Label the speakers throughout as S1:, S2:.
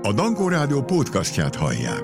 S1: A Dankó Rádió podcastját hallják.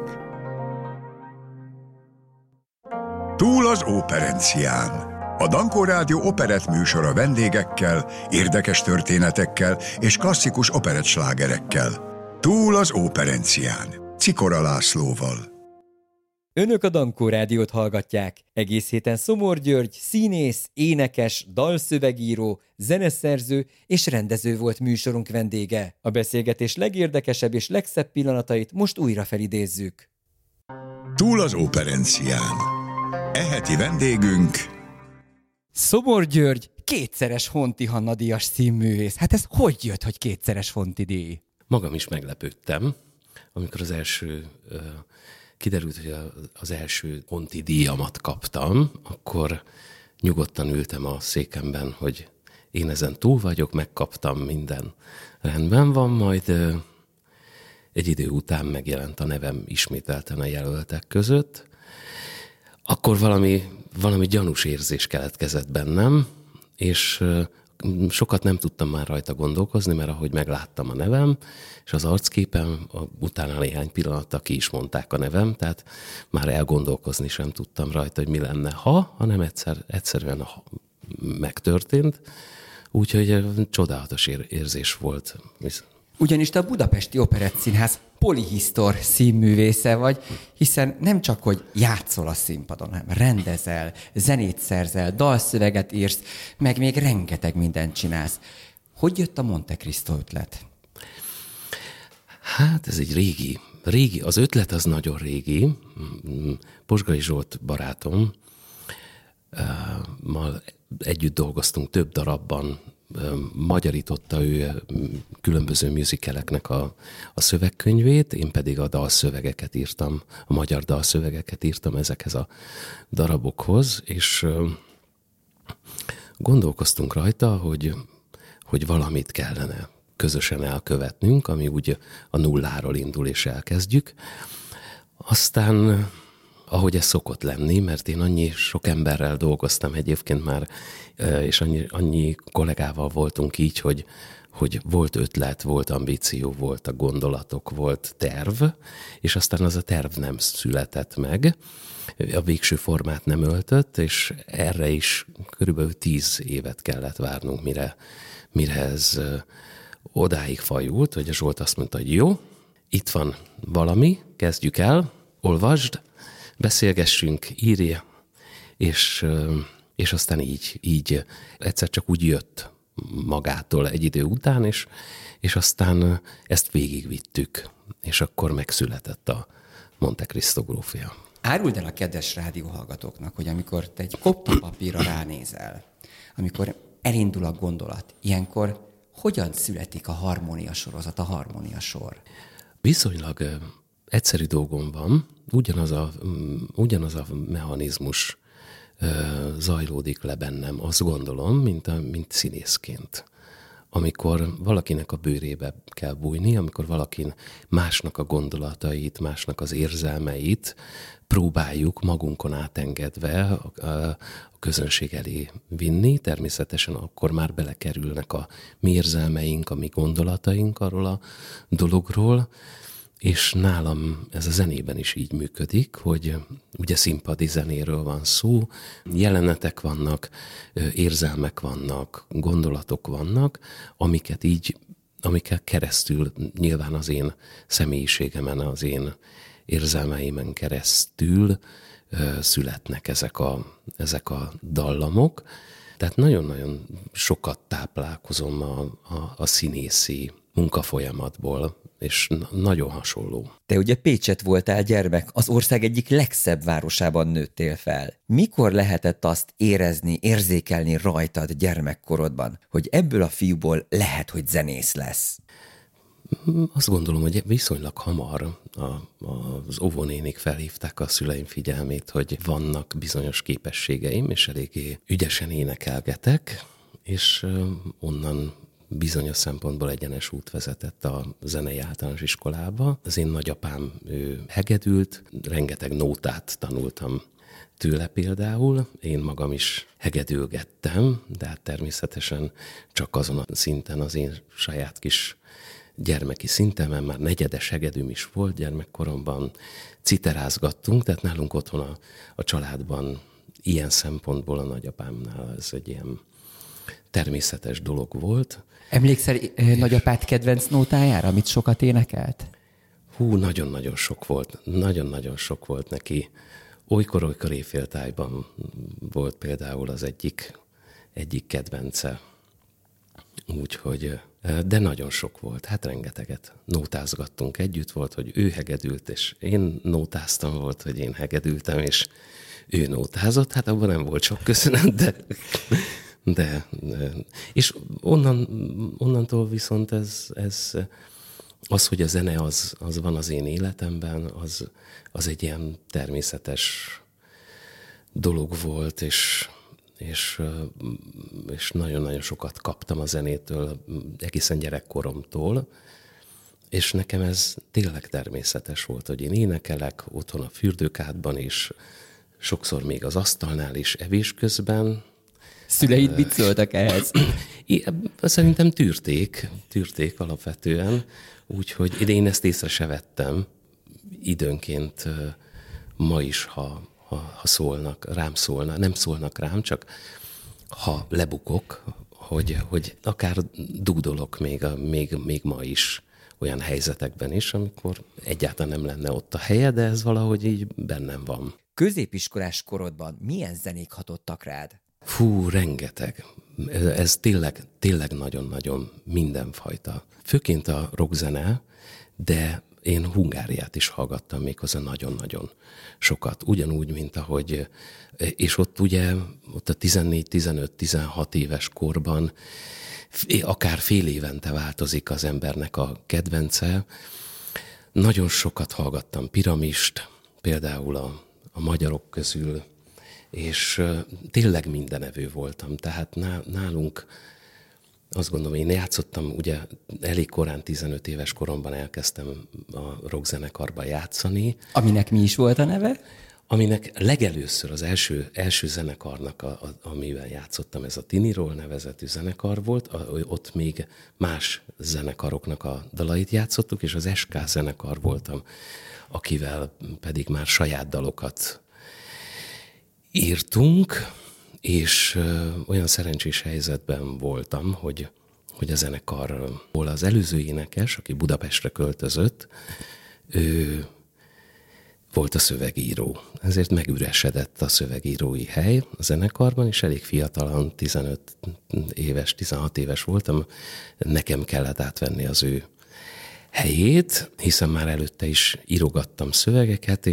S1: Túl az operencián. A Dankó Rádió operett műsora vendégekkel, érdekes történetekkel és klasszikus operett slágerekkel. Túl az operencián. Cikora Lászlóval.
S2: Önök a Dankó Rádiót hallgatják. Egész héten Szomor György színész, énekes, dalszövegíró, zeneszerző és rendező volt műsorunk vendége. A beszélgetés legérdekesebb és legszebb pillanatait most újra felidézzük.
S1: Túl az operencián. Eheti vendégünk
S2: Szomor György, kétszeres Honti Hanna díjas színművész. Hát ez hogy jött, hogy kétszeres Honti díj?
S3: Magam is meglepődtem, amikor kiderült, hogy az első Honti díjamat kaptam, akkor nyugodtan ültem a székemben, hogy én ezen túl vagyok, megkaptam, minden rendben van, majd egy idő után megjelent a nevem ismételten a jelöltek között. Akkor valami gyanús érzés keletkezett bennem, és sokat nem tudtam már rajta gondolkozni, mert ahogy megláttam a nevem, és az arcképem, utána néhány pillanattal ki is mondták a nevem, tehát már elgondolkozni sem tudtam rajta, hogy mi lenne, hanem egyszerűen megtörtént. Úgyhogy csodálatos érzés volt.
S2: Ugyanis te a Budapesti Operettszínház polihisztor színművésze vagy, hiszen nem csak, hogy játszol a színpadon, hanem rendezel, zenét szerzel, dalszöveget írsz, meg még rengeteg mindent csinálsz. Hogy jött a Monte Cristo ötlet?
S3: Hát ez egy régi, az ötlet az nagyon régi. Posgai Zsolt barátom, együtt dolgoztunk több darabban, magyarította ő különböző musicaleknek a szövegkönyvét, én pedig a dalszövegeket írtam, a magyar dalszövegeket írtam ezekhez a darabokhoz, és gondolkoztunk rajta, hogy valamit kellene közösen elkövetnünk, ami úgy a nulláról indul és elkezdjük. Aztán ahogy ez szokott lenni, mert én annyi sok emberrel dolgoztam egyébként már, és annyi kollégával voltunk így, hogy volt ötlet, volt ambíció, volt a gondolatok, volt terv, és aztán az a terv nem született meg, a végső formát nem öltött, és erre is körülbelül 10 évet kellett várnunk, mire ez odáig fajult, hogy a Zsolt azt mondta, hogy jó, itt van valami, kezdjük el, olvasd, beszélgessünk, írja, és aztán így egyszer csak úgy jött magától egy idő után, és aztán ezt végigvittük, és akkor megszületett a Monte Cristo grófja.
S2: Áruld el a kedves rádióhallgatóknak, hogy amikor te egy kopta papírra ránézel, amikor elindul a gondolat, ilyenkor hogyan születik a harmónia sorozat, a harmónia sor?
S3: Viszonylag egyszerű dolgom van, ugyanaz a mechanizmus zajlódik le bennem, azt gondolom, mint színészként. Amikor valakinek a bőrébe kell bújni, amikor valakin másnak a gondolatait, másnak az érzelmeit próbáljuk magunkon átengedve a közönség elé vinni, természetesen akkor már belekerülnek a mi érzelmeink, a mi gondolataink arról a dologról, és nálam ez a zenében is így működik, hogy ugye színpadi zenéről van szó, jelenetek vannak, érzelmek vannak, gondolatok vannak, amikkel keresztül nyilván az én személyiségemen, az én érzelmeimen keresztül születnek ezek a dallamok. Tehát nagyon-nagyon sokat táplálkozom a színészi munkafolyamatból, és nagyon hasonló.
S2: Te ugye Pécset voltál gyermek, az ország egyik legszebb városában nőttél fel. Mikor lehetett azt érezni, érzékelni rajtad gyermekkorodban, hogy ebből a fiúból lehet, hogy zenész lesz?
S3: Azt gondolom, hogy viszonylag hamar az óvónénik felhívták a szüleim figyelmét, hogy vannak bizonyos képességeim, és eléggé ügyesen énekelgetek, és onnan bizonyos szempontból egyenes út vezetett a zenei általános iskolába. Az én nagyapám hegedült, rengeteg nótát tanultam tőle például. Én magam is hegedülgettem, de hát természetesen csak azon a szinten az én saját kis gyermeki szinten, már negyedes hegedűm is volt gyermekkoromban, citerázgattunk, tehát nálunk otthon a családban ilyen szempontból a nagyapámnál ez egy ilyen természetes dolog volt.
S2: Emlékszel nagyapád kedvenc nótájára, amit sokat énekelt?
S3: Nagyon-nagyon sok volt. Nagyon-nagyon sok volt neki. Olykor éjféltájban volt például az egyik kedvence. Úgyhogy, de nagyon sok volt. Hát rengeteget nótázgattunk együtt. Volt, hogy ő hegedült, és én nótáztam, volt, hogy én hegedültem, és ő nótázott. Hát abban nem volt sok köszönet, de és onnantól viszont ez az, hogy a zene az van az én életemben, az egy ilyen természetes dolog volt, és nagyon-nagyon sokat kaptam a zenétől egészen gyerekkoromtól, és nekem ez tényleg természetes volt, hogy én énekelek otthon a fürdőkádban is, sokszor még az asztalnál is evés közben.
S2: Szüleid mit szóltak ehhez?
S3: Szerintem tűrték alapvetően, úgyhogy én ezt észre se vettem. Időnként ma is, ha nem szólnak rám, csak ha lebukok, hogy akár dúdolok még ma is olyan helyzetekben is, amikor egyáltalán nem lenne ott a helye, de ez valahogy így bennem van.
S2: Középiskolás korodban milyen zenék hatottak rád?
S3: Rengeteg. Ez tényleg nagyon-nagyon mindenfajta. Főként a rockzene, de én Hungáriát is hallgattam méghozzá nagyon-nagyon sokat. Ugyanúgy, mint ahogy, és ott ugye, ott a 14-15-16 éves korban akár fél évente változik az embernek a kedvence. Nagyon sokat hallgattam Piramist, például a magyarok közül, és tényleg mindenevő voltam. Tehát nálunk azt gondolom, én játszottam, ugye elég korán, 15 éves koromban elkezdtem a rockzenekarba játszani.
S2: Aminek mi is volt a neve?
S3: Aminek legelőször az első zenekarnak, amivel játszottam, ez a Tiniról nevezetű zenekar volt, ott még más zenekaroknak a dalait játszottuk, és az SK zenekar voltam, akivel pedig már saját dalokat írtunk, és olyan szerencsés helyzetben voltam, hogy a zenekarból az előző énekes, aki Budapestre költözött, ő volt a szövegíró. Ezért megüresedett a szövegírói hely a zenekarban, és elég fiatalan, 15 éves, 16 éves voltam, nekem kellett átvenni az ő helyét, hiszen már előtte is írogattam szövegeket,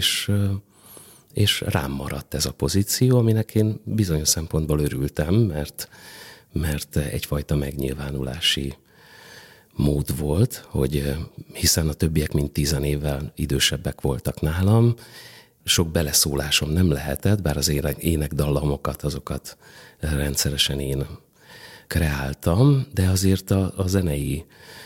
S3: és rám maradt ez a pozíció, aminek én bizonyos szempontból örültem, mert egyfajta megnyilvánulási mód volt, hogy hiszen a többiek mind 10 évvel idősebbek voltak nálam, sok beleszólásom nem lehetett, bár az énekdallamokat, azokat rendszeresen én kreáltam, de azért a zenei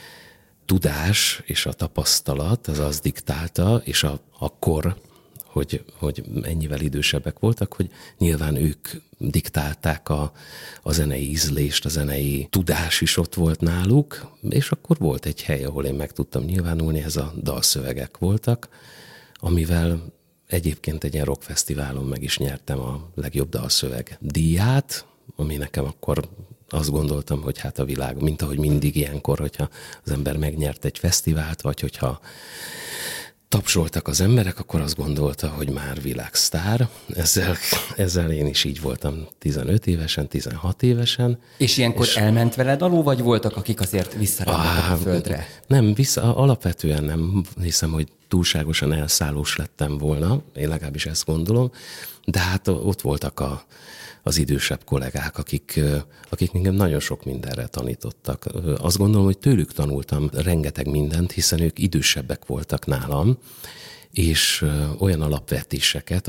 S3: tudás és a tapasztalat az diktálta, és a kor, hogy ennyivel idősebbek voltak, hogy nyilván ők diktálták a zenei ízlést, a zenei tudás is ott volt náluk, és akkor volt egy hely, ahol én meg tudtam nyilvánulni, ez a dalszövegek voltak, amivel egyébként egy ilyen rockfesztiválon meg is nyertem a legjobb dalszöveg díját, ami nekem akkor azt gondoltam, hogy hát a világ, mint ahogy mindig ilyenkor, hogyha az ember megnyert egy fesztivált, vagy hogyha tapsoltak az emberek, akkor azt gondolta, hogy már világsztár. Ezzel én is így voltam 15 évesen, 16 évesen.
S2: És ilyenkor elment veled alul, vagy voltak, akik azért visszarántottak a földre?
S3: Nem, alapvetően nem hiszem, hogy túlságosan elszállós lettem volna, én legalábbis ezt gondolom, de hát ott voltak az idősebb kollégák, akik engem nagyon sok mindenre tanítottak. Azt gondolom, hogy tőlük tanultam rengeteg mindent, hiszen ők idősebbek voltak nálam, és olyan alapvetéseket,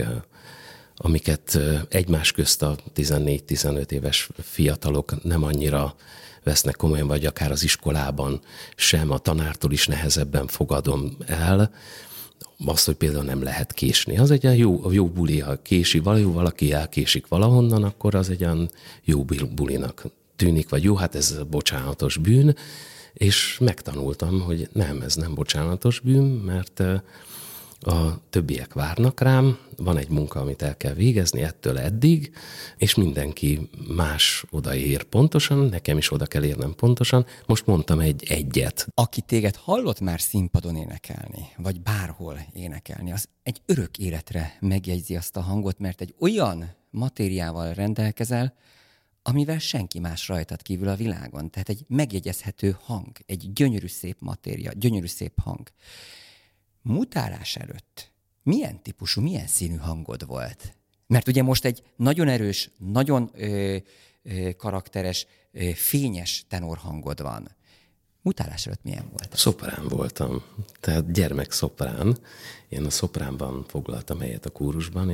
S3: amiket egymás közt a 14-15 éves fiatalok nem annyira vesznek komolyan, vagy akár az iskolában sem, a tanártól is nehezebben fogadom el, azt, hogy például nem lehet késni. Az egy jó buli, ha valaki elkésik valahonnan, akkor az egy olyan jó bulinak tűnik, vagy jó, hát ez bocsánatos bűn, És megtanultam, hogy nem, ez nem bocsánatos bűn, mert a többiek várnak rám, van egy munka, amit el kell végezni ettől eddig, és mindenki más odaér pontosan, nekem is oda kell érnem pontosan. Most mondtam egyet.
S2: Aki téged hallott már színpadon énekelni, vagy bárhol énekelni, az egy örök életre megjegyzi azt a hangot, mert egy olyan matériával rendelkezel, amivel senki más rajtad kívül a világon. Tehát egy megjegyezhető hang, egy gyönyörű szép matéria, gyönyörű szép hang. Mutálás előtt milyen típusú, milyen színű hangod volt? Mert ugye most egy nagyon erős, nagyon karakteres, fényes tenorhangod van. Mutálás előtt milyen volt?
S3: Szoprán voltam, tehát gyermekszoprán. Én a szopránban foglaltam helyet a kórusban,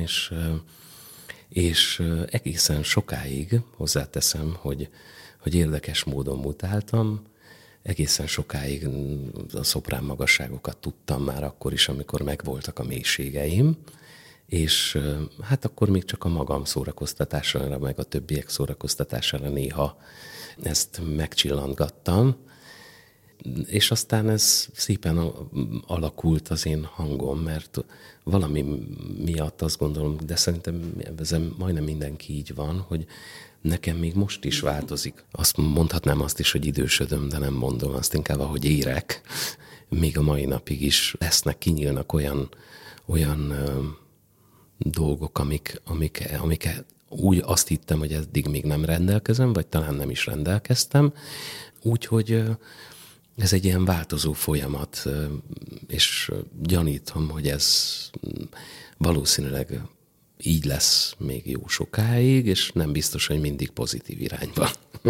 S3: és egészen sokáig hozzáteszem, hogy érdekes módon mutáltam, egészen sokáig a szoprán magasságokat tudtam már akkor is, amikor megvoltak a mélységeim, és hát akkor még csak a magam szórakoztatására, meg a többiek szórakoztatására néha ezt megcsillantgattam, és aztán ez szépen alakult az én hangom, mert valami miatt azt gondolom, de szerintem ez majdnem mindenki így van, hogy nekem még most is változik. Azt mondhatnám azt is, hogy idősödöm, de nem mondom azt, inkább ahogy érek. Még a mai napig is lesznek, kinyílnak olyan dolgok, amik úgy azt hittem, hogy eddig még nem rendelkezem, vagy talán nem is rendelkeztem. Úgyhogy ez egy ilyen változó folyamat, és gyanítom, hogy ez valószínűleg így lesz még jó sokáig, és nem biztos, hogy mindig pozitív irányban.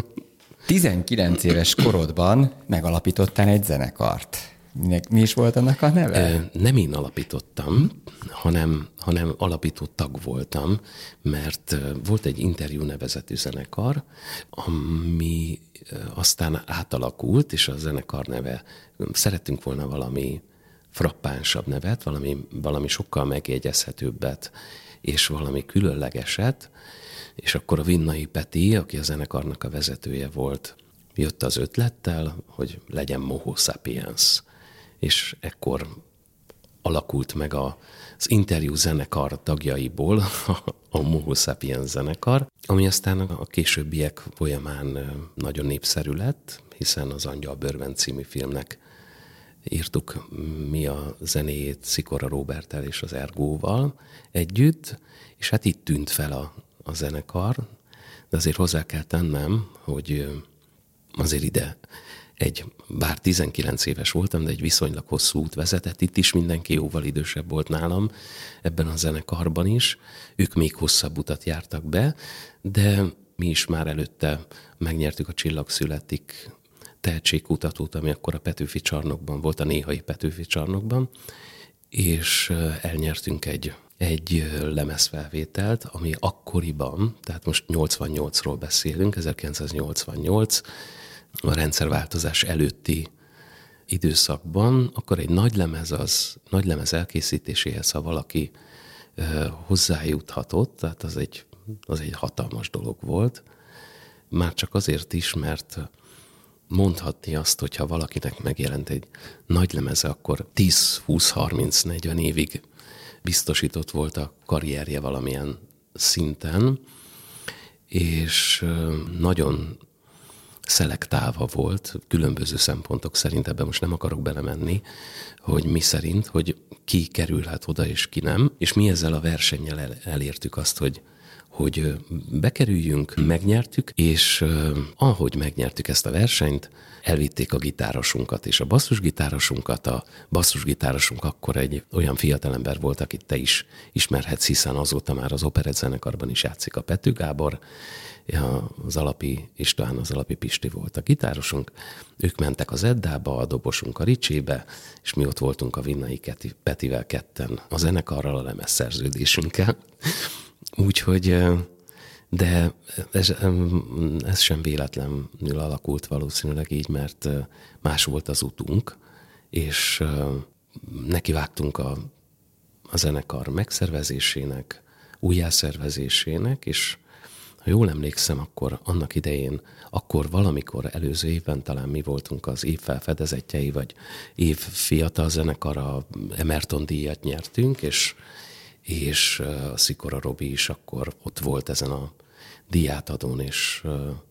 S2: 19 éves korodban megalapítottál egy zenekart. Mi is volt annak a neve?
S3: Nem én alapítottam, hanem alapító tag voltam, mert volt egy Interjú nevezetű zenekar, ami aztán átalakult, és a zenekar neve, szerettünk volna valami frappánsabb nevet, valami sokkal megjegyezhetőbbet, és valami különlegeset, és akkor a Vinnai Peti, aki a zenekarnak a vezetője volt, jött az ötlettel, hogy legyen Moho Sapiens. És ekkor alakult meg az Interjú zenekar tagjaiból a Moho Sapiens zenekar, ami aztán a későbbiek folyamán nagyon népszerű lett, hiszen az Angyalbőrben című filmnek írtuk mi a zenéjét Szikora Róberttel és az Ergóval együtt, és hát itt tűnt fel a zenekar, de azért hozzá kell tennem, hogy azért ide bár 19 éves voltam, de egy viszonylag hosszú út vezetett, itt is mindenki jóval idősebb volt nálam, ebben a zenekarban is, ők még hosszabb utat jártak be, de mi is már előtte megnyertük a Csillag születik tehetségkutatót, ami akkor a Petőfi Csarnokban volt, a néhai Petőfi Csarnokban, és elnyertünk egy lemezfelvételt, ami akkoriban, tehát most 88-ról beszélünk, 1988, a rendszerváltozás előtti időszakban, akkor egy nagy lemez elkészítéséhez, ha valaki hozzájuthatott, tehát az egy hatalmas dolog volt. Már csak azért is, mert mondhatni azt, hogyha valakinek megjelent egy nagy lemeze, akkor 10-20-30-40 évig biztosított volt a karrierje valamilyen szinten, és nagyon szelektálva volt, különböző szempontok szerint, ebben most nem akarok belemenni, hogy mi szerint, hogy ki kerülhet oda és ki nem, és mi ezzel a versennyel elértük azt, hogy bekerüljünk, megnyertük, és ahogy megnyertük ezt a versenyt, elvitték a gitárosunkat és a basszusgitárosunkat. A basszusgitárosunk akkor egy olyan fiatalember volt, akit te is ismerhetsz, hiszen azóta már az operettzenekarban is játszik, a Pető Gábor, az Alapi István, az Alapi Pisti volt a gitárosunk. Ők mentek az Eddába, a dobosunk a Ricsébe, és mi ott voltunk a Vinnai Petivel ketten a zenekarral, a lemezszerződésünkkel. Úgyhogy, de ez sem véletlenül alakult valószínűleg így, mert más volt az utunk, és nekivágtunk a zenekar megszervezésének, újjászervezésének, és ha jól emlékszem, akkor annak idején, akkor valamikor előző évben talán mi voltunk az év felfedezetjei, vagy év fiatal zenekara, Emerton díjat nyertünk, és a Szikora Robi is akkor ott volt ezen a díjátadón, és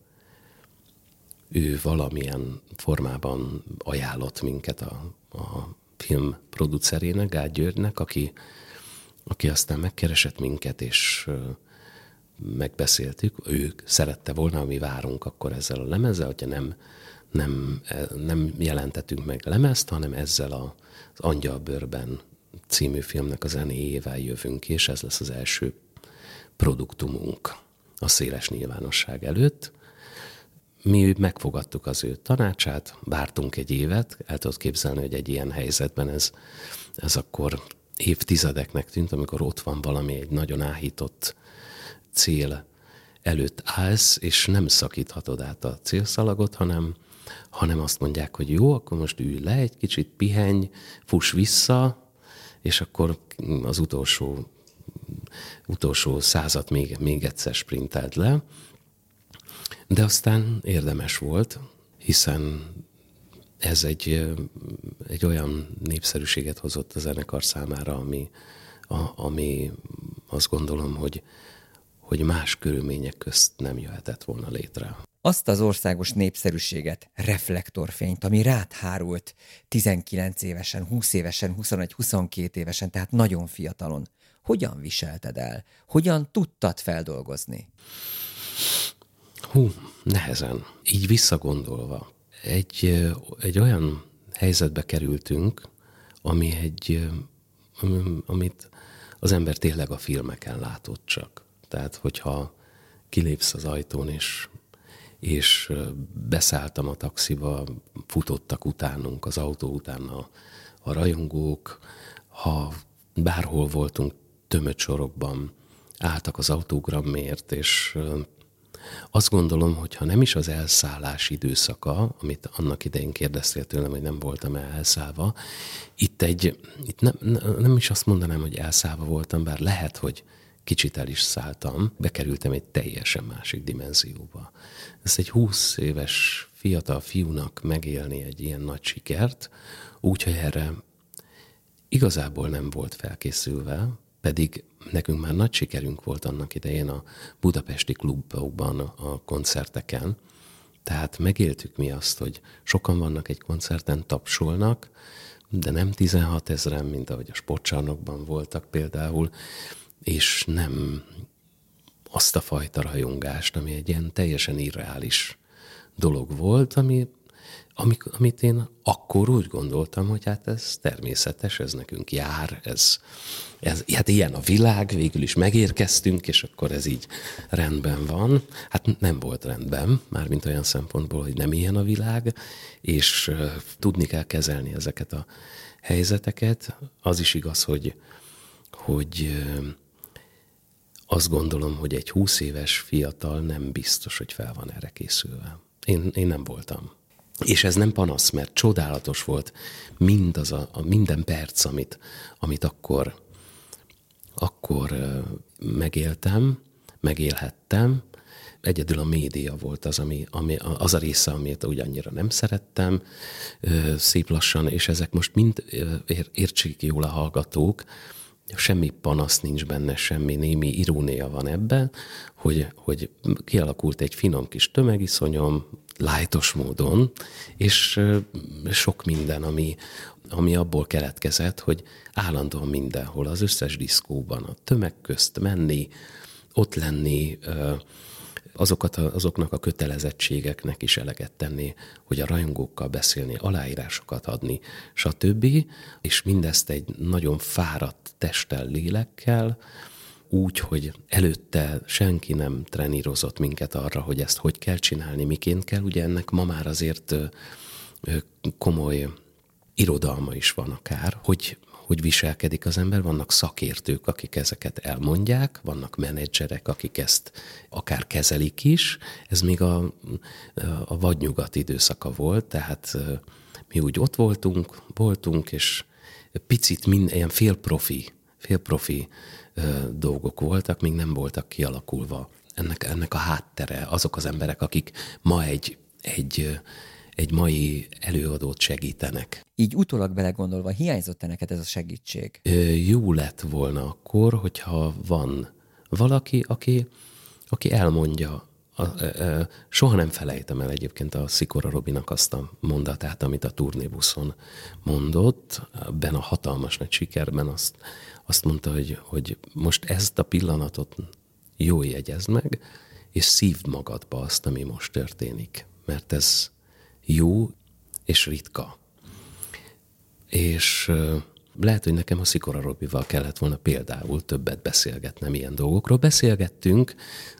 S3: ő valamilyen formában ajánlott minket a film producerének, Gágy Györgynek, aki aztán megkeresett minket, és megbeszéltük. Ő szerette volna, mi várunk akkor ezzel a lemezzel, hogyha nem jelentettünk meg lemezt, hanem ezzel az Angyalbőrben című filmnek a zenéjével jövünk, és ez lesz az első produktumunk a széles nyilvánosság előtt. Mi megfogadtuk az ő tanácsát, vártunk egy évet, el tudod képzelni, hogy egy ilyen helyzetben ez akkor évtizedeknek tűnt, amikor ott van valami, egy nagyon áhított cél előtt állsz, és nem szakíthatod át a célszalagot, hanem azt mondják, hogy jó, akkor most ülj le, egy kicsit pihenj, fuss vissza, és akkor az utolsó százat még egyszer sprintelt le. De aztán érdemes volt, hiszen ez egy olyan népszerűséget hozott a zenekar számára, ami azt gondolom, hogy más körülmények közt nem jöhetett volna létre.
S2: Azt az országos népszerűséget, reflektorfényt, ami rád hárult 19 évesen, 20 évesen, 21-22 évesen, tehát nagyon fiatalon, hogyan viselted el? Hogyan tudtad feldolgozni?
S3: Nehezen. Így visszagondolva. Egy olyan helyzetbe kerültünk, amit az ember tényleg a filmeken látott csak. Tehát, hogyha kilépsz az ajtón, és beszálltam a taxiba, futottak utánunk az autó után a rajongók, ha bárhol voltunk tömött sorokban, álltak az autógrammért, és azt gondolom, hogy ha nem is az elszállás időszaka, amit annak idején kérdeztél tőlem, hogy nem voltam elszállva, itt nem is azt mondanám, hogy elszállva voltam, bár lehet, hogy kicsit el is szálltam, bekerültem egy teljesen másik dimenzióba. Ez egy 20 éves fiatal fiúnak megélni egy ilyen nagy sikert, úgyhogy erre igazából nem volt felkészülve, pedig nekünk már nagy sikerünk volt annak idején a budapesti klubokban, a koncerteken. Tehát megéltük mi azt, hogy sokan vannak egy koncerten, tapsolnak, de nem 16 000, mint ahogy a sportcsarnokban voltak például, és nem azt a fajta rajongást, ami egy ilyen teljesen irreális dolog volt, amit én akkor úgy gondoltam, hogy hát ez természetes, ez nekünk jár, hát ilyen a világ, végül is megérkeztünk, és akkor ez így rendben van. Hát nem volt rendben, mármint olyan szempontból, hogy nem ilyen a világ, és tudni kell kezelni ezeket a helyzeteket. Az is igaz, hogy azt gondolom, hogy egy 20 éves fiatal nem biztos, hogy fel van erre készülve. Én nem voltam. És ez nem panasz, mert csodálatos volt minden perc, amit akkor megélhettem. Egyedül a média volt az a része, amit úgy annyira nem szerettem szép lassan, és ezek most mind értsék jól a hallgatók, semmi panasz nincs benne, semmi némi irónia van ebben, hogy kialakult egy finom kis tömegiszonyom, lájtos módon, és sok minden, ami abból keletkezett, hogy állandóan mindenhol, az összes diszkóban, a tömeg közt menni, ott lenni, azoknak a kötelezettségeknek is eleget tenni, hogy a rajongókkal beszélni, aláírásokat adni, stb. És mindezt egy nagyon fáradt testtel, lélekkel, úgy, hogy előtte senki nem trenírozott minket arra, hogy ezt hogy kell csinálni, miként kell. Ugye ennek ma már azért komoly irodalma is van akár, hogy viselkedik az ember, vannak szakértők, akik ezeket elmondják, vannak menedzserek, akik ezt akár kezelik is. Ez még a vadnyugat időszaka volt, tehát mi úgy ott voltunk, és picit ilyen félprofi dolgok voltak, még nem voltak kialakulva ennek a háttere, azok az emberek, akik ma egy mai előadót segítenek.
S2: Így utólag belegondolva, hiányzott-e neked ez a segítség?
S3: Jó lett volna akkor, hogyha van valaki, aki elmondja. Soha nem felejtem el egyébként a Szikora Robinak azt a mondatát, amit a turnébuszon mondott, ebben a hatalmas nagy sikerben azt mondta, hogy most ezt a pillanatot jól jegyezd meg, és szívd magadba azt, ami most történik, mert ez jó és ritka. És lehet, hogy nekem a Szikora Robival kellett volna például többet beszélgetnem ilyen dolgokról. Beszélgettünk,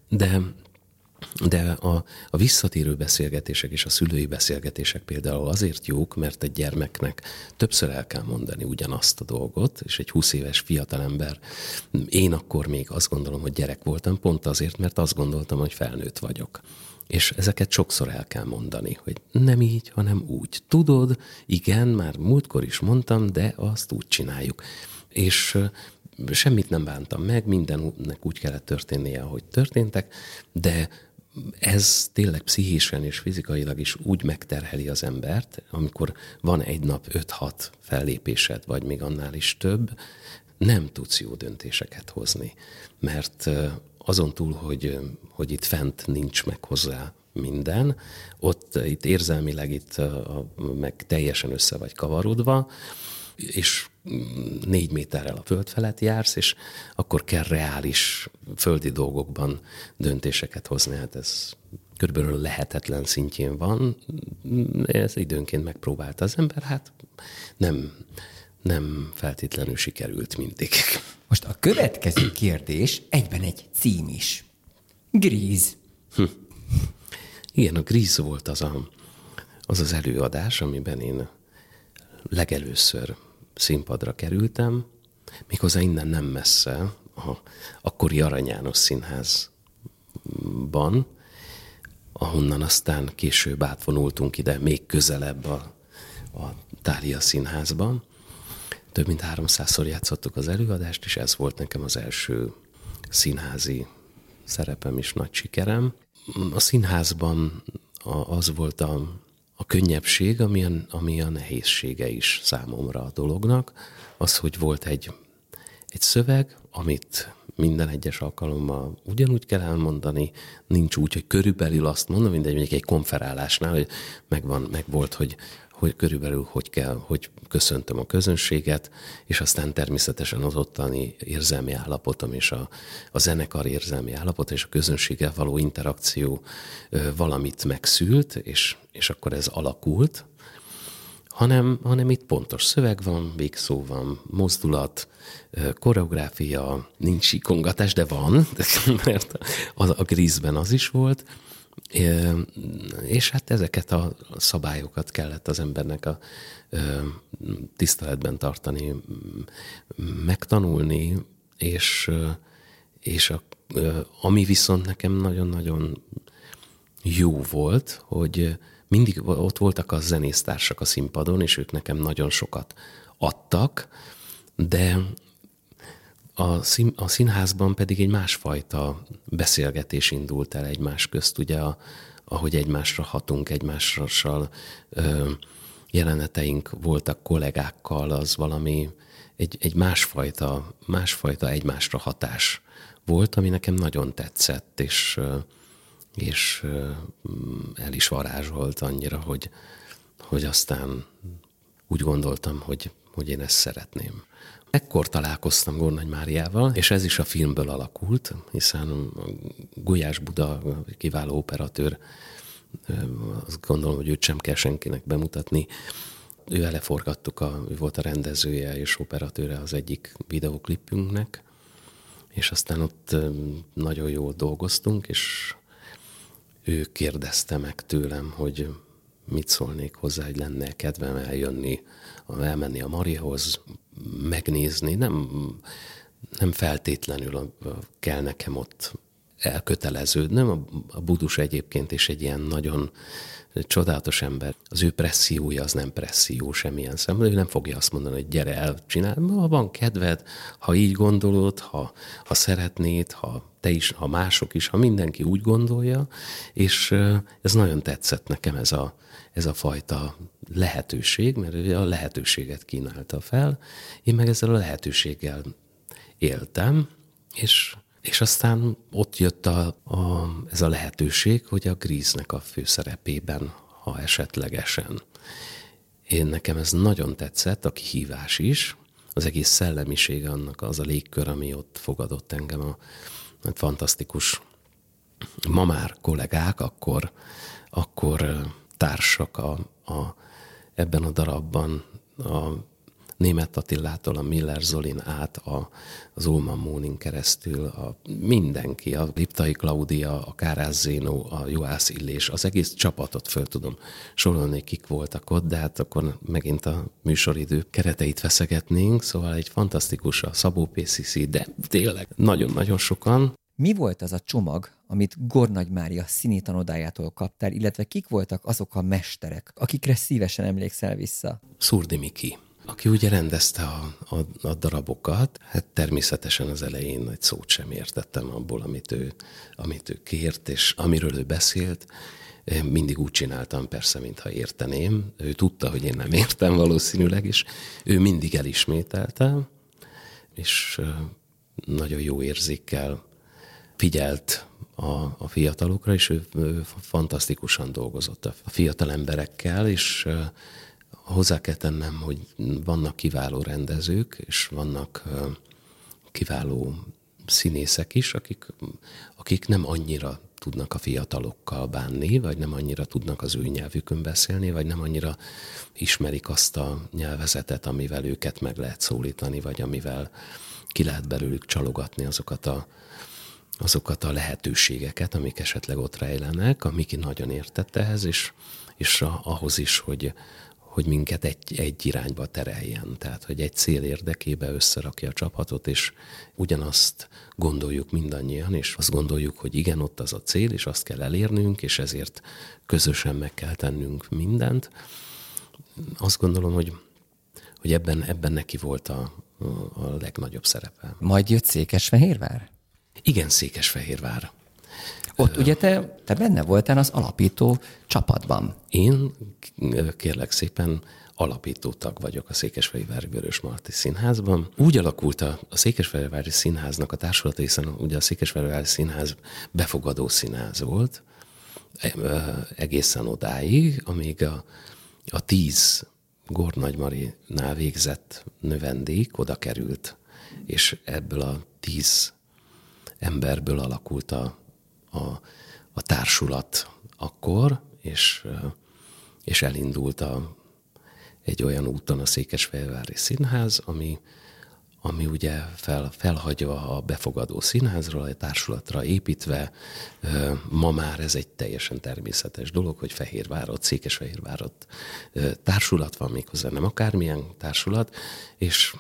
S3: de a visszatérő beszélgetések és a szülői beszélgetések például azért jók, mert egy gyermeknek többször el kell mondani ugyanazt a dolgot, és egy 20 éves fiatalember, én akkor még azt gondolom, hogy gyerek voltam, pont azért, mert azt gondoltam, hogy felnőtt vagyok. És ezeket sokszor el kell mondani, hogy nem így, hanem úgy. Tudod, igen, már múltkor is mondtam, de azt úgy csináljuk. És semmit nem bántam meg, mindennek úgy kellett történnie, ahogy történtek, de ez tényleg pszichésen és fizikailag is úgy megterheli az embert, amikor van egy nap 5-6 fellépésed, vagy még annál is több, nem tudsz jó döntéseket hozni. Mert azon túl, hogy itt fent nincs meg hozzá minden, itt érzelmileg meg teljesen össze vagy kavarodva, és 4 méterrel a föld felett jársz, és akkor kell reális földi dolgokban döntéseket hozni. Hát ez körülbelül lehetetlen szintjén van. Ez időnként megpróbálta az ember, hát nem feltétlenül sikerült mindig.
S2: Most a következő kérdés egyben egy cím is. Gríz.
S3: Igen, a Gríz volt az előadás, amiben én legelőször színpadra kerültem, méghozzá innen nem messze, a akkori Arany János Színházban, ahonnan aztán később átvonultunk ide, még közelebb a Thália Színházban. Több mint 300-szor játszottuk az előadást, és ez volt nekem az első színházi szerepem és nagy sikerem. A színházban az volt a könnyebbség, ami a nehézsége is számomra a dolognak, az, hogy volt egy szöveg, amit minden egyes alkalommal ugyanúgy kell elmondani, nincs úgy, hogy körülbelül azt mondom, mindegy, egy konferálásnál, hogy megvolt, hogy körülbelül hogy köszöntöm a közönséget, és aztán természetesen az ottani érzelmi állapotom és a zenekar érzelmi állapota és a közönséggel való interakció valamit megszült, és akkor ez alakult, hanem itt pontos szöveg van, végszó van, mozdulat, koreográfia, nincs síkongatás, de van, mert a Grízben az is volt, és hát ezeket a szabályokat kellett az embernek a tiszteletben tartani, megtanulni, és ami viszont nekem nagyon-nagyon jó volt, hogy mindig ott voltak a zenésztársak a színpadon, és ők nekem nagyon sokat adtak, de a színházban pedig egy másfajta beszélgetés indult el egymás közt, ugye, ahogy egymásra hatunk, egymással jeleneteink voltak kollégákkal, az valami egy másfajta egymásra hatás volt, ami nekem nagyon tetszett, és el is varázsolt annyira, hogy aztán úgy gondoltam, hogy én ezt szeretném. Ekkor találkoztam Gornagy Máriával, és ez is a filmből alakult, hiszen Gulyás Buda kiváló operatőr, azt gondolom, hogy őt sem kell senkinek bemutatni. Ő eleforgattuk, ő volt a rendezője és operatőre az egyik videóklipünknek, és aztán ott nagyon jól dolgoztunk, és ő kérdezte meg tőlem, hogy mit szólnék hozzá, hogy lenne kedvem elmenni a Marihoz, megnézni. Nem feltétlenül kell nekem ott elköteleződnöm. A Budus egyébként is egy ilyen nagyon csodálatos ember. Az ő pressziója az nem presszió semmilyen szemben. Ő nem fogja azt mondani, hogy gyere el, csinálj. Ha van kedved, ha így gondolod, ha szeretnéd, ha te is, ha mások is, ha mindenki úgy gondolja, és ez nagyon tetszett nekem ez a fajta lehetőség, mert a lehetőséget kínálta fel. Én meg ezzel a lehetőséggel éltem, és aztán ott jött ez a lehetőség, hogy a Grease-nek a főszerepében, ha esetlegesen. Nekem ez nagyon tetszett, a kihívás is, az egész szellemisége annak, az a légkör, ami ott fogadott engem, a fantasztikus, ma már kollégák, akkor társak ebben a darabban, a Németh Attilától a Miller Zolin át az Ullman Moonin keresztül, mindenki, a Liptai Klaudia, a Kárász Zénó, a Juhász Illés, az egész csapatot föl tudom sorolni, kik voltak ott, de hát akkor megint a műsoridő kereteit veszegetnénk, szóval egy fantasztikus, a Szabó PCC, de tényleg nagyon-nagyon sokan.
S2: Mi volt az a csomag, amit Gornagy Mária színitanodájától kaptál, illetve kik voltak azok a mesterek, akikre szívesen emlékszel vissza?
S3: Szurdi Miki, aki ugye rendezte a darabokat, hát természetesen az elején egy szót sem értettem abból, amit ő kért, és amiről ő beszélt. Mindig úgy csináltam persze, mintha érteném. Ő tudta, hogy én nem értem valószínűleg, és ő mindig elismételte, és nagyon jó érzékkel figyelt a fiatalokra, és ő fantasztikusan dolgozott a fiatal emberekkel, és hozzá kell tennem, hogy vannak kiváló rendezők, és vannak kiváló színészek is, akik nem annyira tudnak a fiatalokkal bánni, vagy nem annyira tudnak az ő nyelvükön beszélni, vagy nem annyira ismerik azt a nyelvezetet, amivel őket meg lehet szólítani, vagy amivel ki lehet belőlük csalogatni azokat a lehetőségeket, amik esetleg ott rejlenek. A Miki nagyon értett ehhez, és ahhoz is, hogy minket egy irányba tereljen. Tehát, hogy egy cél érdekében összerakja a csapatot, és ugyanazt gondoljuk mindannyian, és azt gondoljuk, hogy igen, ott az a cél, és azt kell elérnünk, és ezért közösen meg kell tennünk mindent. Azt gondolom, hogy ebben neki volt a legnagyobb szerepe.
S2: Majd jött Székesfehérvár?
S3: Igen, Székesfehérvár.
S2: Ott ugye te benne voltál az alapító csapatban.
S3: Én kérlek szépen alapító tag vagyok a Székesfehérvári Vörösmarty Színházban. Úgy alakult a Székesfehérvári Színháznak a társulata, hiszen ugye a Székesfehérvári Színház befogadó színház volt egészen odáig, amíg a 10 Gornagy Marinál végzett növendék oda került, és ebből a 10 emberből alakult a társulat akkor, és elindult egy olyan úton a Székesfehérvári Színház, ami ugye felhagyva a befogadó színházról, a társulatra építve, ma már ez egy teljesen természetes dolog, hogy Fehérvárot, Székesfehérvárot társulat van, méghozzá nem akármilyen társulat, és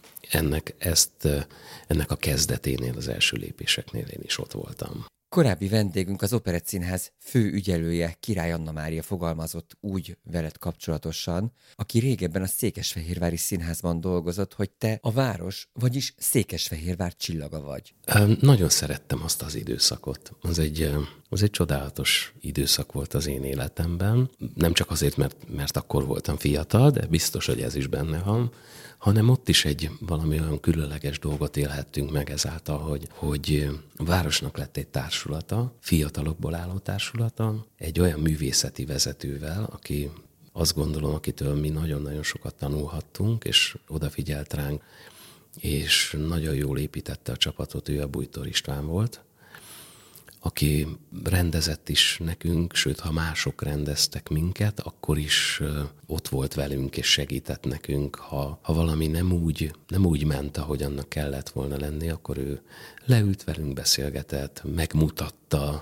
S3: ennek a kezdeténél, az első lépéseknél én is ott voltam.
S2: Korábbi vendégünk, az Operettszínház főügyelője, Király Anna Mária fogalmazott úgy veled kapcsolatosan, aki régebben a Székesfehérvári Színházban dolgozott, hogy te a város, vagyis Székesfehérvár csillaga vagy.
S3: Nagyon szerettem azt az időszakot. Az egy csodálatos időszak volt az én életemben. Nem csak azért, mert akkor voltam fiatal, de biztos, hogy ez is benne van, hanem ott is valami olyan különleges dolgot élhettünk meg ezáltal, hogy a városnak lett egy társulata, fiatalokból álló társulata, egy olyan művészeti vezetővel, aki azt gondolom, akitől mi nagyon-nagyon sokat tanulhattunk, és odafigyelt ránk, és nagyon jól építette a csapatot, ő a Bújtor István volt, aki rendezett is nekünk, sőt, ha mások rendeztek minket, akkor is ott volt velünk és segített nekünk. Ha valami nem úgy ment, ahogy annak kellett volna lenni, akkor ő leült velünk, beszélgetett, megmutatta,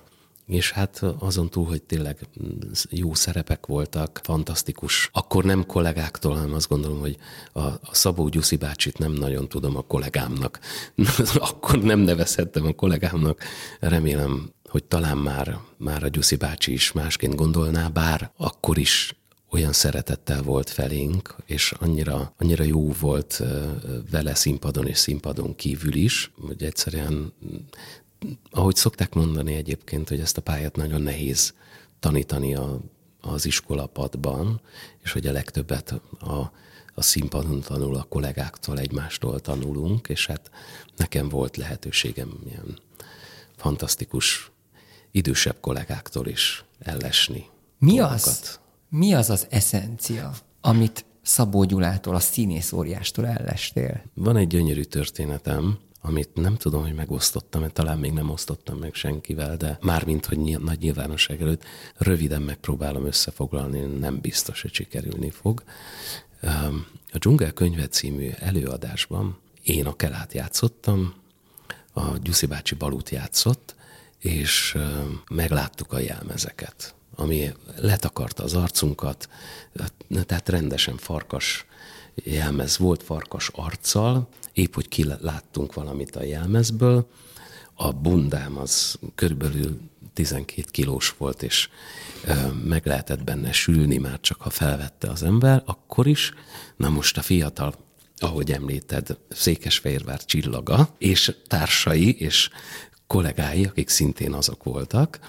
S3: És hát azon túl, hogy tényleg jó szerepek voltak, fantasztikus. Akkor nem kollégáktól, hanem azt gondolom, hogy a Szabó Gyuszi bácsit nem nagyon tudom a kollégámnak. Akkor nem nevezhettem a kollégámnak. Remélem, hogy talán már a Gyuszi bácsi is másként gondolná, bár akkor is olyan szeretettel volt felénk, és annyira jó volt vele színpadon és színpadon kívül is, hogy egyszerűen, ahogy szokták mondani egyébként, hogy ezt a pályát nagyon nehéz tanítani az iskolapadban, és hogy a legtöbbet a színpadon tanul, a kollégáktól, egymástól tanulunk, és hát nekem volt lehetőségem ilyen fantasztikus idősebb kollégáktól is ellesni.
S2: Mi az az eszencia, amit Szabó Gyulától, a színész óriástól ellestél?
S3: Van egy gyönyörű történetem, amit nem tudom, hogy megosztottam, mert talán még nem osztottam meg senkivel, de mármint, hogy nagy nyilvánosság előtt röviden megpróbálom összefoglalni, nem biztos, hogy sikerülni fog. A Dzsungel könyve című előadásban én a Kelát játszottam, a Gyuszi bácsi Balut játszott, és megláttuk a jelmezeket, ami letakarta az arcunkat, tehát rendesen farkas jelmez volt, farkas arccal, épp hogy kiláttunk valamit a jelmezből. A bundám az körülbelül 12 kilós volt, és meg lehetett benne sülni már csak, ha felvette az ember, akkor is. Na most a fiatal, ahogy említed, Székesfehérvár csillaga, és társai, és kollégái, akik szintén azok voltak,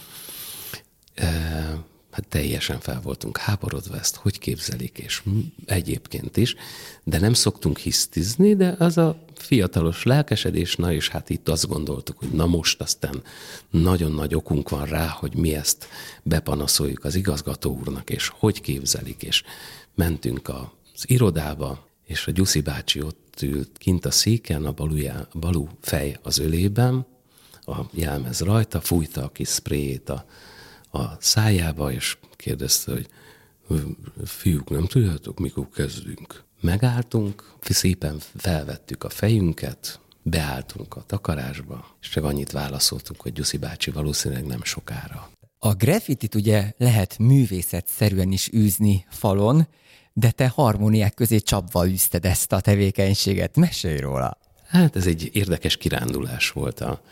S3: hát teljesen fel voltunk háborodva, ezt hogy képzelik, és egyébként is, de nem szoktunk hisztizni, de az a fiatalos lelkesedés, na és hát itt azt gondoltuk, hogy na most aztán nagyon nagy okunk van rá, hogy mi ezt bepanaszoljuk az igazgató úrnak, és hogy képzelik, és mentünk az irodába, és a Gyuszi bácsi ott ült kint a széken, a Balú fej az ölében, a jelmez rajta, fújta a kis sprayét a szájába, és kérdezte, hogy fiúk, nem tudjátok, mikor kezdünk? Megálltunk, szépen felvettük a fejünket, beálltunk a takarásba, és csak annyit válaszoltunk, hogy Gyuszi bácsi valószínűleg nem sokára.
S2: A graffitit ugye lehet művészetszerűen is űzni falon, de te harmóniák közé csapva űzted ezt a tevékenységet. Mesélj róla!
S3: Hát ez egy érdekes kirándulás volt a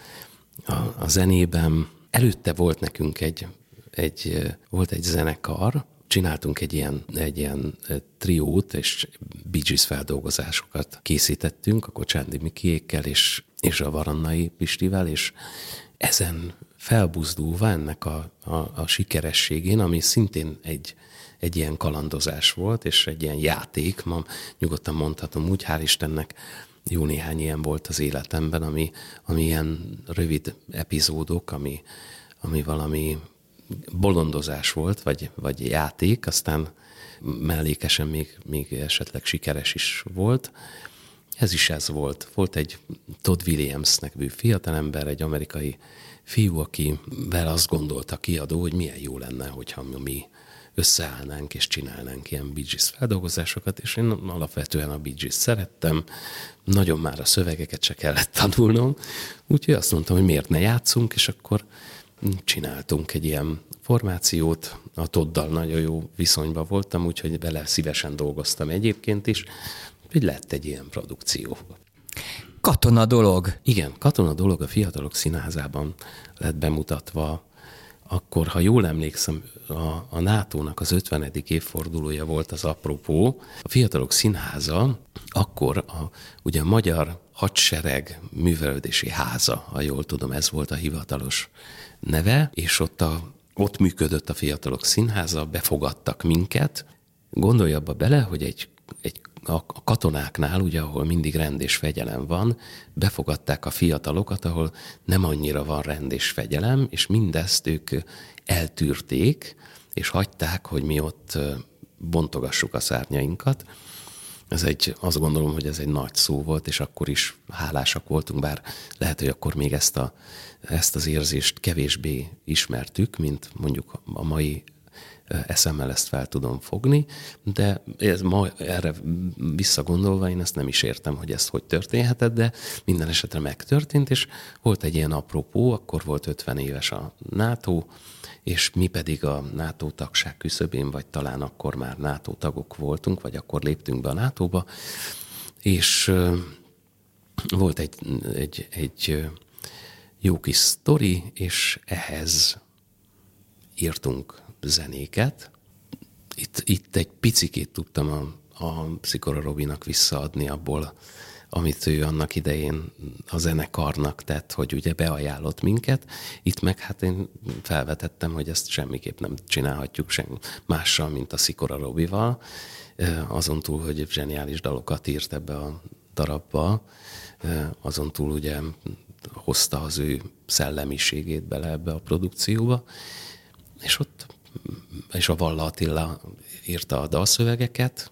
S3: zenében. Előtte volt nekünk volt egy zenekar, csináltunk egy ilyen triót, és Bee Gees feldolgozásokat készítettünk a Kocsándi Mikiékkel és a Varannai Pistivel, és ezen felbuzdulva ennek a sikerességén, ami szintén egy ilyen kalandozás volt, és egy ilyen játék, ma nyugodtan mondhatom úgy, hál' Istennek jó néhány ilyen volt az életemben, ami ilyen rövid epizódok, ami valami bolondozás volt, vagy játék, aztán mellékesen még esetleg sikeres is volt. Ez volt. Volt egy Todd Williams nevű fiatalember, egy amerikai fiú, akivel azt gondolta a kiadó, hogy milyen jó lenne, hogyha mi összeállnánk és csinálnánk ilyen Bee Gees feldolgozásokat, és én alapvetően a Bee Gees szerettem, nagyon már a szövegeket se kellett tanulnom, úgyhogy azt mondtam, hogy miért ne játszunk, és akkor csináltunk egy ilyen formációt, a Todddal nagyon jó viszonyban voltam, úgyhogy vele szívesen dolgoztam egyébként is, hogy lett egy ilyen produkció.
S2: Katona dolog.
S3: Igen, Katona dolog a Fiatalok Színházában lett bemutatva. Akkor, ha jól emlékszem, a NATO-nak az 50. évfordulója volt az apropó. A Fiatalok Színháza akkor ugye a Magyar Hadsereg Művelődési Háza, ha jól tudom, ez volt a hivatalos neve, és ott működött a Fiatalok Színháza, befogadtak minket. Gondolj abba bele, hogy a katonáknál, ugye, ahol mindig rend és fegyelem van, befogadták a fiatalokat, ahol nem annyira van rend és fegyelem, és mindezt ők eltűrték, és hagyták, hogy mi ott bontogassuk a szárnyainkat. Azt gondolom, hogy ez egy nagy szó volt, és akkor is hálásak voltunk, bár lehet, hogy akkor még ezt az érzést kevésbé ismertük, mint mondjuk a mai eszemmel ezt fel tudom fogni, de ez ma erre visszagondolva én ezt nem is értem, hogy ez hogy történhetett, de minden esetre megtörtént, és volt egy ilyen apropó, akkor volt 50 éves a NATO, és mi pedig a NATO tagság küszöbén, vagy talán akkor már NATO tagok voltunk, vagy akkor léptünk be a NATO-ba, és volt egy jó kis sztori, és ehhez írtunk zenéket. Itt egy picikét tudtam a Szikora Robinak visszaadni abból, amit ő annak idején a zenekarnak tett, hogy ugye beajánlott minket. Itt meg hát én felvetettem, hogy ezt semmiképp nem csinálhatjuk sem mással, mint a Szikora Robival. Azon túl, hogy zseniális dalokat írt ebbe a darabba, azon túl ugye hozta az ő szellemiségét bele ebbe a produkcióba, és a Valla Attila írta a dalszövegeket,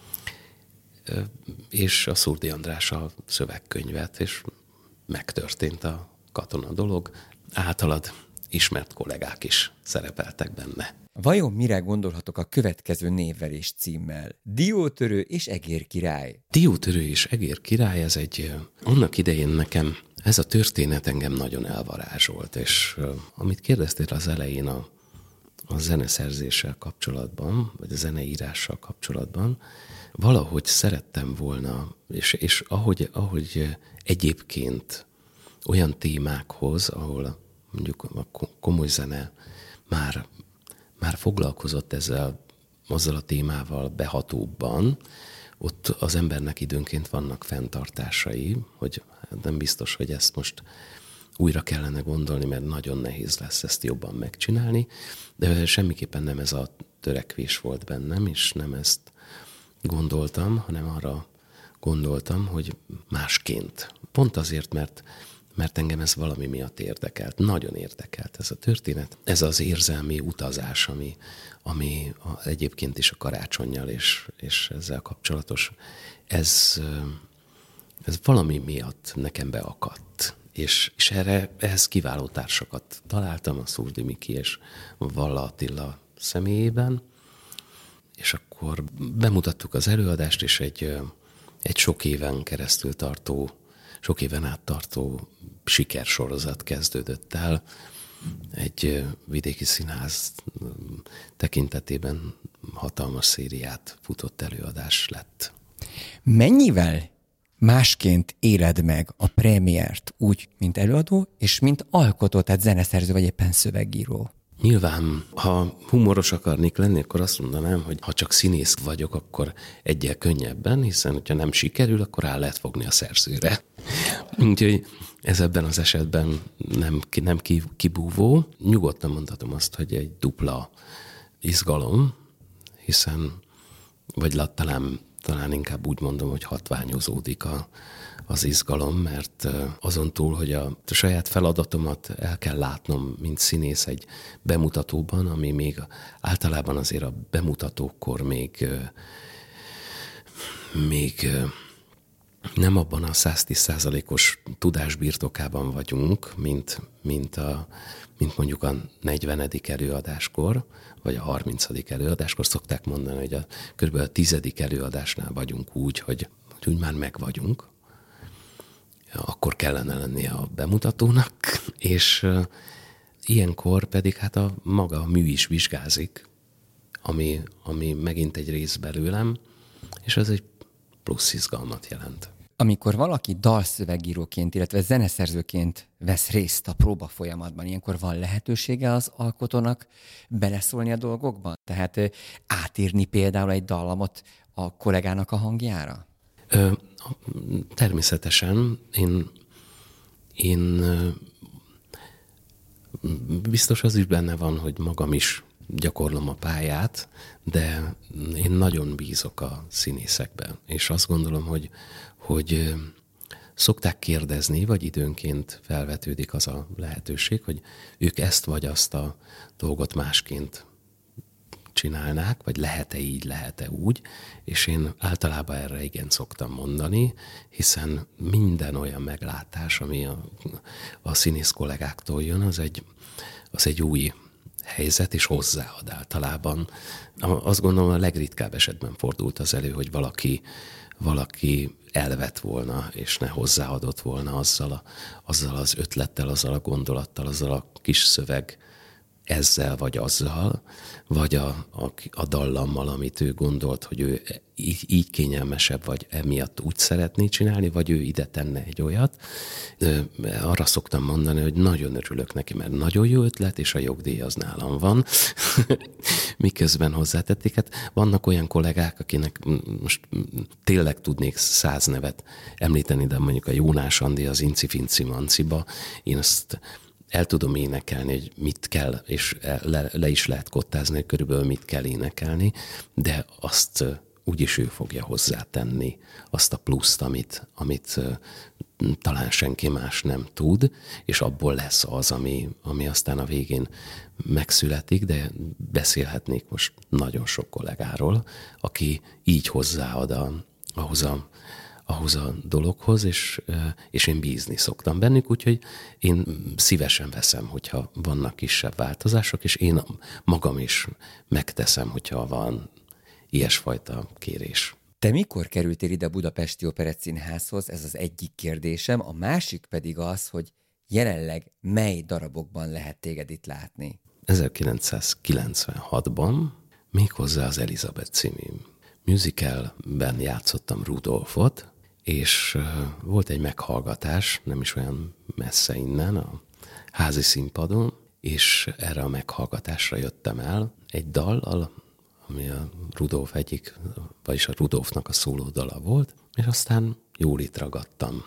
S3: és a Szurdi András a szövegkönyvet, és megtörtént a katona dolog. Általad ismert kollégák is szerepeltek benne.
S2: Vajon mire gondolhatok a következő névvel és címmel? Diótörő és Egér király.
S3: Diótörő és Egér király, ez annak idején nekem ez a történet engem nagyon elvarázsolt, és amit kérdeztél az elején a zeneszerzéssel kapcsolatban, vagy a zeneírással kapcsolatban, valahogy szerettem volna, és ahogy egyébként olyan témákhoz, ahol mondjuk a komoly zene már foglalkozott azzal a témával behatóbban, ott az embernek időnként vannak fenntartásai, hogy nem biztos, hogy ezt most újra kellene gondolni, mert nagyon nehéz lesz ezt jobban megcsinálni, de semmiképpen nem ez a törekvés volt bennem, és nem ezt gondoltam, hanem arra gondoltam, hogy másként. Pont azért, mert engem ez valami miatt érdekelt. Nagyon érdekelt ez a történet. Ez az érzelmi utazás, ami egyébként is a karácsonnyal és ezzel kapcsolatos, ez valami miatt nekem beakadt. És ehhez kiváló társakat találtam, a Szurdi Miki és Valla Attila személyében, és akkor bemutattuk az előadást, és egy sok éven át tartó sikersorozat kezdődött el. Egy vidéki színház tekintetében hatalmas szériát futott előadás lett.
S2: Mennyivel másként éled meg a premiért úgy, mint előadó, és mint alkotó, tehát zeneszerző vagy éppen szövegíró?
S3: Nyilván, ha humoros akarnék lenni, akkor azt mondanám, hogy ha csak színész vagyok, akkor egyel könnyebben, hiszen hogyha nem sikerül, akkor rá lehet fogni a szerzőre. Úgyhogy ez ebben az esetben nem kibúvó. Nyugodtan mondhatom azt, hogy egy dupla izgalom, hiszen, vagy talán inkább úgy mondom, hogy hatványozódik az izgalom, mert azon túl, hogy a saját feladatomat el kell látnom, mint színész egy bemutatóban, ami még általában azért a bemutatókkor még nem abban a 110%-os tudás birtokában vagyunk, mint mondjuk a 40. előadáskor, vagy a 30. előadáskor. Szokták mondani, hogy kb. A 10. előadásnál vagyunk úgy, hogy úgy már megvagyunk. Akkor kellene lennie a bemutatónak, és ilyenkor pedig hát a maga mű is vizsgázik, ami megint egy rész belőlem, és ez egy plusz izgalmat jelent.
S2: Amikor valaki dalszövegíróként, illetve zeneszerzőként vesz részt a próba folyamatban, ilyenkor van lehetősége az alkotónak beleszólni a dolgokban? Tehát átírni például egy dallamot a kollégának a hangjára?
S3: Természetesen én biztos az is benne van, hogy magam is gyakorlom a pályát, de én nagyon bízok a színészekben, és azt gondolom, hogy szokták kérdezni, vagy időnként felvetődik az a lehetőség, hogy ők ezt vagy azt a dolgot másként csinálnák, vagy lehet-e így, lehet-e úgy, és én általában erre igen szoktam mondani, hiszen minden olyan meglátás, ami a színész kollégáktól jön, az egy új helyzet, és hozzáad általában. Azt gondolom, a legritkább esetben fordult az elő, hogy valaki elvett volna, és ne hozzáadott volna azzal az ötlettel, azzal a gondolattal, azzal a kis szöveg ezzel vagy azzal, vagy a dallammal, amit ő gondolt, hogy ő így kényelmesebb, vagy emiatt úgy szeretné csinálni, vagy ő ide tenne egy olyat. Arra szoktam mondani, hogy nagyon örülök neki, mert nagyon jó ötlet, és a jogdíj az nálam van. Miközben hozzátették. Hát vannak olyan kollégák, akinek most tényleg tudnék 100 nevet említeni, de mondjuk a Jónás Andi az Inci Finci Manciba, én azt el tudom énekelni, hogy mit kell, és le is lehet kottázni, hogy körülbelül mit kell énekelni, de azt úgyis ő fogja hozzátenni, azt a pluszt, amit talán senki más nem tud, és abból lesz az, ami aztán a végén megszületik, de beszélhetnék most nagyon sok kollégáról, aki így hozzáad ahhoz a dologhoz, és én bízni szoktam bennük, úgyhogy én szívesen veszem, hogyha vannak kisebb változások, és én magam is megteszem, hogyha van ilyesfajta kérés.
S2: Te mikor kerültél ide a Budapesti Operettszínházhoz? Ez az egyik kérdésem. A másik pedig az, hogy jelenleg mely darabokban lehet téged itt látni?
S3: 1996-ban méghozzá az Elizabeth című musicalben játszottam Rudolfot, és volt egy meghallgatás, nem is olyan messze innen, a házi színpadon, és erre a meghallgatásra jöttem el egy dallal, ami a Rudolf vagyis a Rudolfnak a szólódala volt, és aztán jól itt ragadtam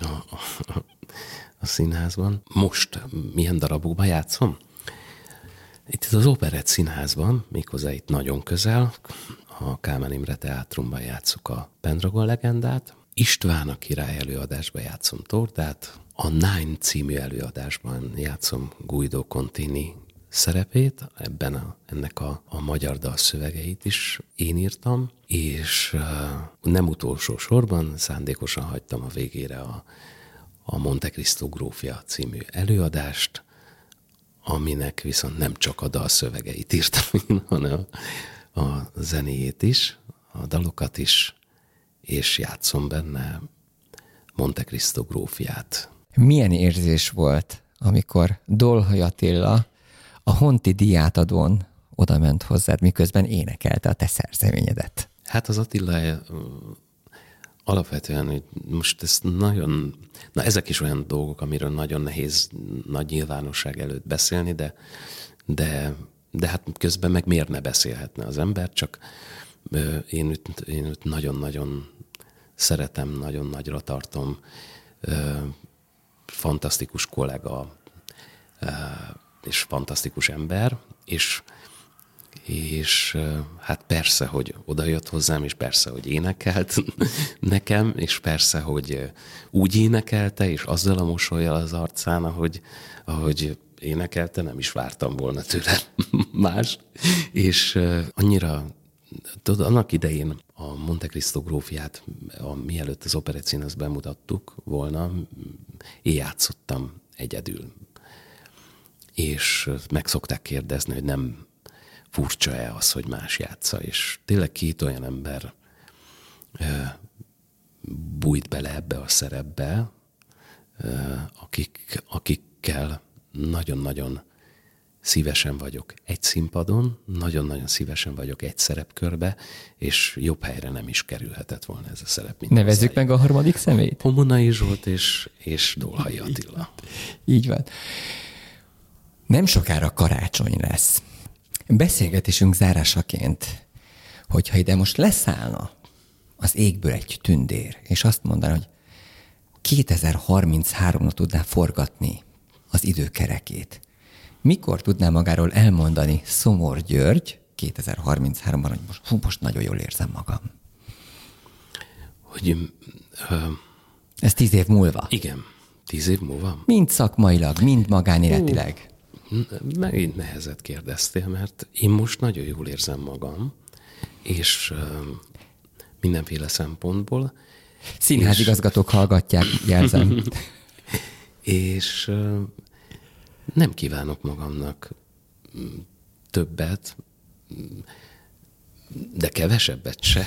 S3: a színházban. Most milyen darabokban játszom? Itt az Operett Színházban, méghozzá itt nagyon közel, a Kálmán Imre Teátrumban játsszuk a Pendragon legendát, István a király előadásban játszom Tordát, a Nine című előadásban játszom Guido Contini szerepét, ennek a magyar dal szövegeit is én írtam, és nem utolsó sorban szándékosan hagytam a végére a Monte Cristo grófja című előadást, aminek viszont nem csak a dal szövegeit írtam én, hanem a zenéjét is, a dalokat is, és játszom benne Monte Cristo grófját.
S2: Milyen érzés volt, amikor Dolhai Attila a Honti díjátadón oda ment hozzád, miközben énekelte a te szerzeményedet?
S3: Hát az Attila alapvetően, hogy most ez nagyon... Na ezek is olyan dolgok, amiről nagyon nehéz nagy nyilvánosság előtt beszélni, de hát közben meg miért ne beszélhetne az ember, csak én őt nagyon-nagyon szeretem, nagyon nagyra tartom, fantasztikus kollega, és fantasztikus ember, és hát persze, hogy odajött hozzám, és persze, hogy énekelt nekem, és persze, hogy úgy énekelte, és azzal a mosollyal az arcán, ahogy énekelte, nem is vártam volna tőle más. És annyira, tudod, annak idején a Monte Cristo grófját, mielőtt az Operettszínházban bemutattuk volna, én játszottam egyedül. És meg szokták kérdezni, hogy nem furcsa-e az, hogy más játsza, és tényleg két olyan ember bújt bele ebbe a szerepbe, akikkel nagyon-nagyon szívesen vagyok egy színpadon, nagyon-nagyon szívesen vagyok egy szerepkörbe, és jobb helyre nem is kerülhetett volna ez a szerep.
S2: Nevezzük meg a harmadik személyt?
S3: Homonai Zsolt és Dolhai Attila.
S2: Így van. Nem sokára karácsony lesz. Beszélgetésünk zárásaként, hogyha ide most leszállna az égből egy tündér, és azt mondaná, hogy 2033-ra tudná forgatni az időkerekét. Mikor tudná magáról elmondani Szomor György 2033-ban, hogy most nagyon jól érzem magam? Ez 10 év múlva?
S3: Igen, 10 év múlva.
S2: Mind szakmailag, mind magánéletileg.
S3: Megint nehezet kérdeztél, mert én most nagyon jól érzem magam, és mindenféle szempontból.
S2: Színházigazgatók hallgatják, jelzem.
S3: És nem kívánok magamnak többet, de kevesebbet se,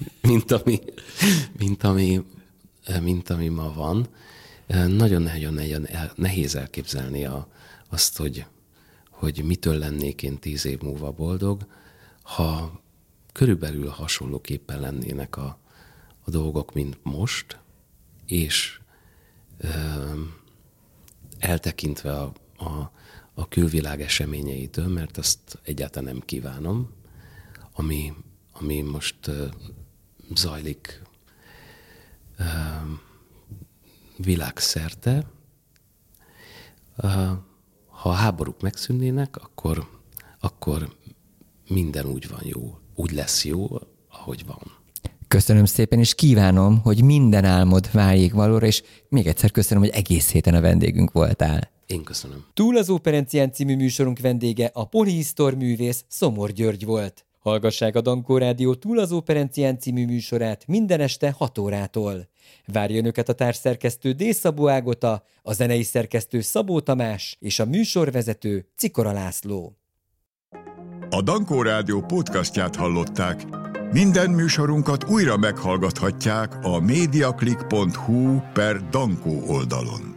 S3: mint ami ma van. Nagyon-nagyon nehéz elképzelni azt, hogy mitől lennék én 10 év múlva boldog, ha körülbelül hasonlóképpen lennének a dolgok, mint most, és eltekintve a külvilág eseményeitől, mert azt egyáltalán nem kívánom, ami most zajlik világszerte. Ha a háborúk megszűnnének, akkor minden úgy van jó, úgy lesz jó, ahogy van.
S2: Köszönöm szépen, és kívánom, hogy minden álmod váljék valóra, és még egyszer köszönöm, hogy egész héten a vendégünk voltál.
S3: Én köszönöm.
S2: Túl az Operencián című műsorunk vendége a polihisztor művész Szomor György volt. Hallgassák a Dankó Rádió Túl az Operencián című műsorát minden este 6 órától. Várja önöket a társszerkesztő D. Szabó Ágota, a zenei szerkesztő Szabó Tamás és a műsorvezető Cikora László.
S1: A Dankó Rádió podcastját hallották. Minden műsorunkat újra meghallgathatják a mediaclick.hu/Dankó oldalon.